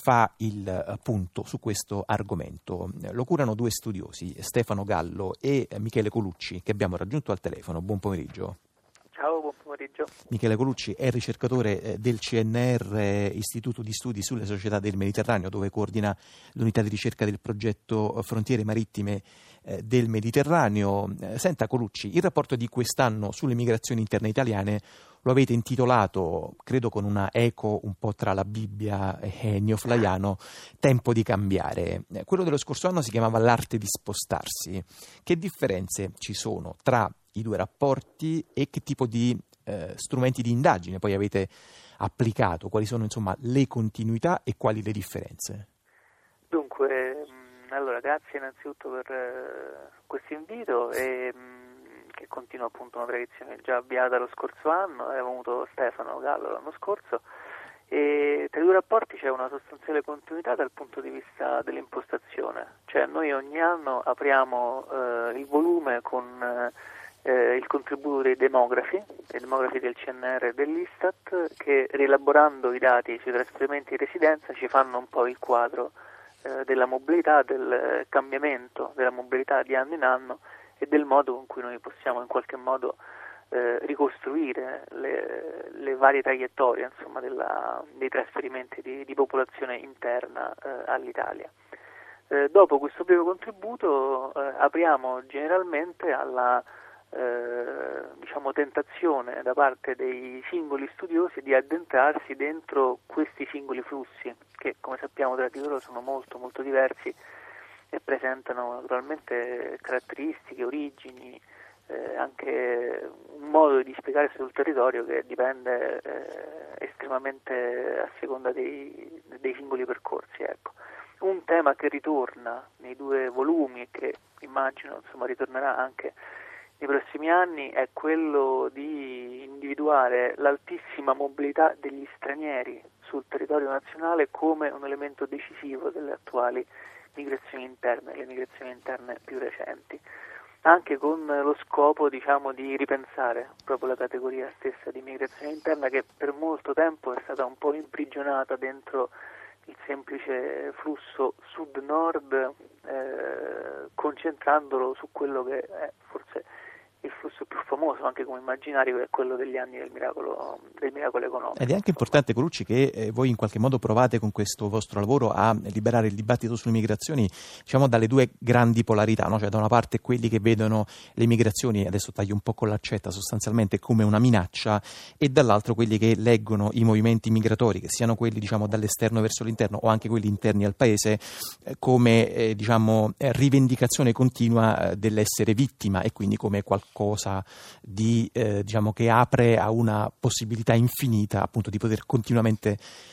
fa il punto su questo argomento. Lo curano due studiosi, Stefano Gallo e Michele Colucci, che abbiamo raggiunto al telefono. Buon pomeriggio. Ciao, buon pomeriggio. Michele Colucci è ricercatore del CNR, Istituto di Studi sulle Società del Mediterraneo, dove coordina l'unità di ricerca del progetto Frontiere Marittime del Mediterraneo. Senta Colucci, il rapporto di quest'anno sulle migrazioni interne italiane lo avete intitolato, credo con una eco un po' tra la Bibbia e Ennio Flaiano, Tempo di cambiare. Quello dello scorso anno si chiamava L'arte di spostarsi. Che differenze ci sono tra i due rapporti e che tipo di strumenti di indagine poi avete applicato? Quali sono insomma le continuità e quali le differenze? Dunque, allora grazie innanzitutto per questo invito e che continua appunto una tradizione già avviata lo scorso anno. Avevamo avuto Stefano Gallo l'anno scorso e tra i due rapporti c'è una sostanziale continuità dal punto di vista dell'impostazione, cioè noi ogni anno apriamo il volume con il contributo dei demografi del CNR e dell'Istat, che rielaborando i dati sui trasferimenti di residenza ci fanno un po' il quadro della mobilità, del cambiamento della mobilità di anno in anno e del modo con cui noi possiamo in qualche modo ricostruire le varie traiettorie insomma, dei trasferimenti di popolazione interna all'Italia. Dopo questo primo contributo apriamo generalmente alla tentazione da parte dei singoli studiosi di addentrarsi dentro questi singoli flussi che, come sappiamo, tra di loro sono molto molto diversi e presentano naturalmente caratteristiche, origini, anche un modo di dispiegarsi sul territorio che dipende estremamente a seconda dei singoli percorsi. Ecco. Un tema che ritorna nei due volumi e che immagino ritornerà anche nei prossimi anni è quello di individuare l'altissima mobilità degli stranieri sul territorio nazionale come un elemento decisivo delle attuali migrazioni interne, le migrazioni interne più recenti, anche con lo scopo di ripensare proprio la categoria stessa di migrazione interna che per molto tempo è stata un po' imprigionata dentro il semplice flusso sud-nord, concentrandolo su quello che è forse il flusso più famoso anche come immaginario, che è quello degli anni del miracolo economico. Ed è anche importante, Colucci, che voi in qualche modo provate con questo vostro lavoro a liberare il dibattito sulle migrazioni, dalle due grandi polarità, no? Cioè da una parte quelli che vedono le migrazioni, adesso taglio un po' con l'accetta, sostanzialmente come una minaccia, e dall'altro quelli che leggono i movimenti migratori, che siano quelli dall'esterno verso l'interno o anche quelli interni al paese, come rivendicazione continua dell'essere vittima e quindi come qualcosa di che apre a una possibilità infinita appunto di poter continuamente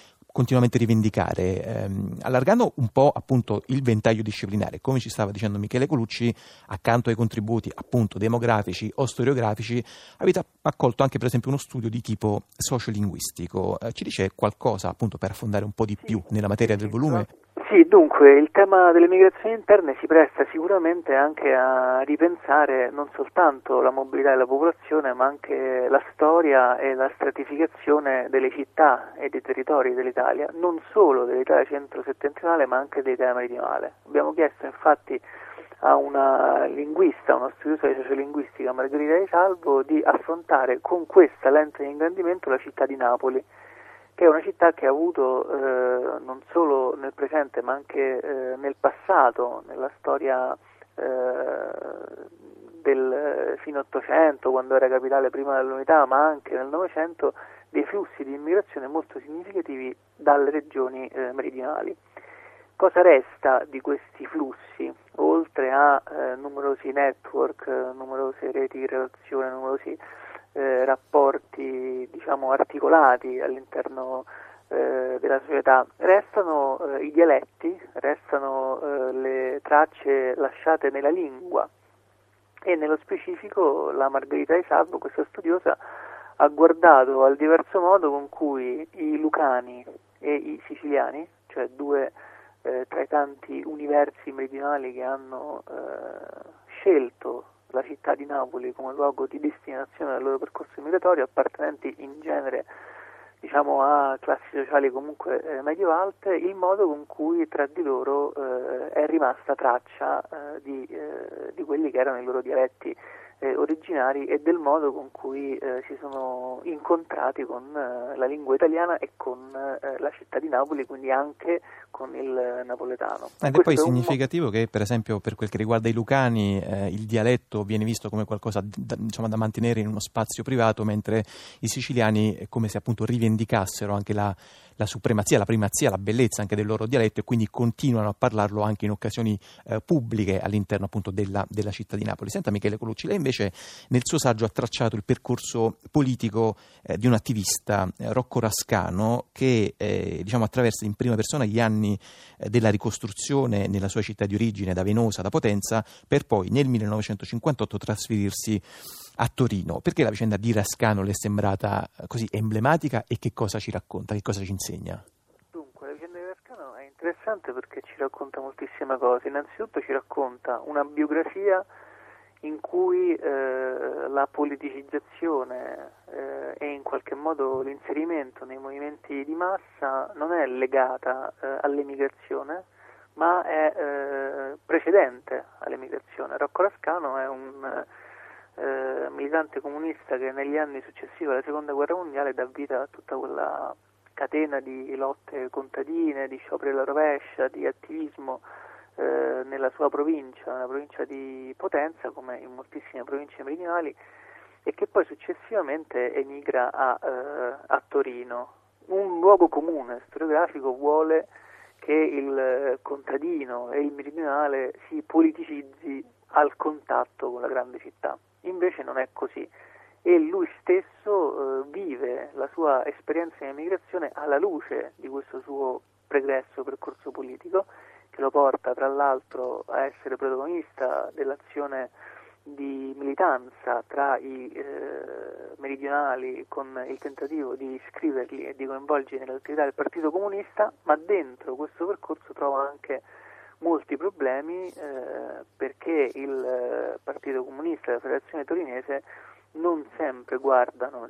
rivendicare, allargando un po' appunto il ventaglio disciplinare, come ci stava dicendo Michele Colucci. Accanto ai contributi appunto demografici o storiografici avete accolto anche per esempio uno studio di tipo sociolinguistico. Ci dice qualcosa appunto per affondare un po' di più nella materia del volume? Sì, dunque il tema delle migrazioni interne si presta sicuramente anche a ripensare non soltanto la mobilità della popolazione, ma anche la storia e la stratificazione delle città e dei territori dell'Italia, non solo dell'Italia centro-settentrionale, ma anche dell'Italia meridionale. Abbiamo chiesto infatti a una linguista, una studiosa di sociolinguistica, Margherita Di Salvo, di affrontare con questa lente di ingrandimento la città di Napoli, che è una città che ha avuto non solo nel presente ma anche nel passato, nella storia del fine Ottocento, quando era capitale prima dell'unità, ma anche nel Novecento, dei flussi di immigrazione molto significativi dalle regioni meridionali. Cosa resta di questi flussi, oltre a numerosi network, numerose reti di relazione, numerosi rapporti articolati all'interno della società? Restano i dialetti, restano le tracce lasciate nella lingua e nello specifico la Margherita Di Salvo, questa studiosa, ha guardato al diverso modo con cui i lucani e i siciliani, cioè due tra i tanti universi meridionali che hanno scelto la città di Napoli come luogo di destinazione del loro percorso migratorio, appartenenti in genere diciamo a classi sociali comunque medio-alte, il modo con cui tra di loro è rimasta traccia di quelli che erano i loro dialetti originari e del modo con cui si sono incontrati con la lingua italiana e con la città di Napoli, quindi anche con il napoletano. Ed è poi significativo che, per esempio, per quel che riguarda i lucani, il dialetto viene visto come qualcosa da mantenere in uno spazio privato, mentre i siciliani è come se appunto rivendicassero anche la supremazia, la primazia, la bellezza anche del loro dialetto, e quindi continuano a parlarlo anche in occasioni pubbliche all'interno appunto della città di Napoli. Senta Michele Colucci, lei invece nel suo saggio ha tracciato il percorso politico di un attivista, Rocco Rascano, che attraversa in prima persona gli anni della ricostruzione nella sua città di origine, da Venosa, da Potenza, per poi nel 1958 trasferirsi a Torino. Perché la vicenda di Rascano le è sembrata così emblematica e che cosa ci racconta, che cosa ci insegna? Dunque, la vicenda di Rascano è interessante perché ci racconta moltissime cose. Innanzitutto ci racconta una biografia in cui la politicizzazione e in qualche modo l'inserimento nei movimenti di massa non è legata all'emigrazione, ma è precedente all'emigrazione. Rocco Rascano è un militante comunista che negli anni successivi alla Seconda Guerra Mondiale dà vita a tutta quella catena di lotte contadine, di scioperi alla rovescia, di attivismo nella sua provincia, nella provincia di Potenza, come in moltissime province meridionali, e che poi successivamente emigra a Torino. Un luogo comune storiografico vuole che il contadino e il meridionale si politicizzi al contatto con la grande città. Invece non è così, e lui stesso vive la sua esperienza in emigrazione alla luce di questo suo pregresso percorso politico, che lo porta tra l'altro a essere protagonista dell'azione di militanza tra i meridionali, con il tentativo di iscriverli e di coinvolgerli nell'attività del Partito Comunista, ma dentro questo percorso trova anche molti problemi perché il Partito Comunista e la Federazione Torinese non sempre guardano,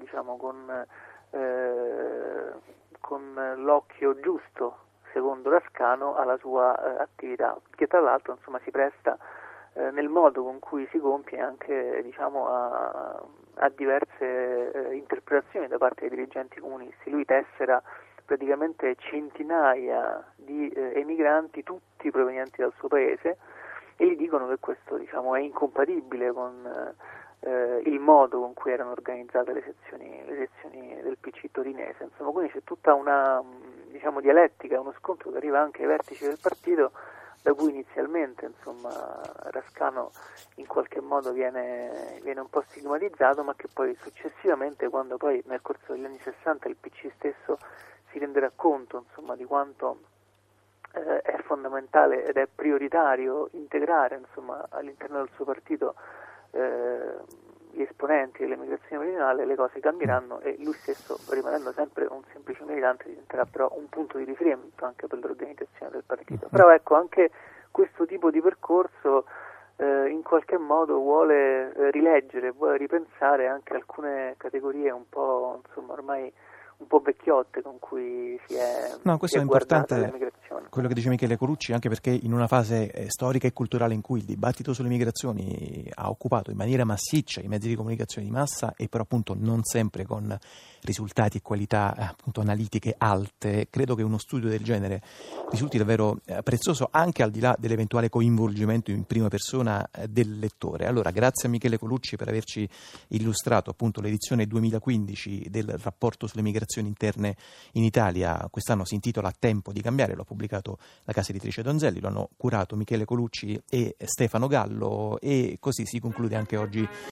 con l'occhio giusto, secondo Rascano, alla sua attività, che tra l'altro si presta nel modo con cui si compie anche a diverse interpretazioni da parte dei dirigenti comunisti. Lui tessera praticamente centinaia di emigranti, tutti provenienti dal suo paese, e gli dicono che questo è incompatibile con il modo con cui erano organizzate le sezioni del PC torinese. Quindi c'è tutta una dialettica, uno scontro che arriva anche ai vertici del partito, da cui inizialmente Rascano in qualche modo viene un po' stigmatizzato, ma che poi successivamente, quando poi nel corso degli anni 60 il PC stesso si renderà conto di quanto è fondamentale ed è prioritario integrare all'interno del suo partito gli esponenti dell'emigrazione meridionale, le cose cambieranno e lui stesso, rimanendo sempre un semplice militante, diventerà però un punto di riferimento anche per l'organizzazione del partito. Però ecco, anche questo tipo di percorso in qualche modo vuole rileggere, vuole ripensare anche alcune categorie un po' ormai un po' vecchiotte con cui si è questo è importante, quello che dice Michele Colucci, anche perché in una fase storica e culturale in cui il dibattito sulle migrazioni ha occupato in maniera massiccia i mezzi di comunicazione di massa, e però appunto non sempre con risultati e qualità appunto analitiche alte, credo che uno studio del genere risulti davvero prezioso, anche al di là dell'eventuale coinvolgimento in prima persona del lettore. Allora, grazie a Michele Colucci per averci illustrato appunto l'edizione 2015 del rapporto sulle migrazioni interne in Italia. Quest'anno si intitola Tempo di cambiare, lo ha pubblicato la casa editrice Donzelli, lo hanno curato Michele Colucci e Stefano Gallo, e così si conclude anche oggi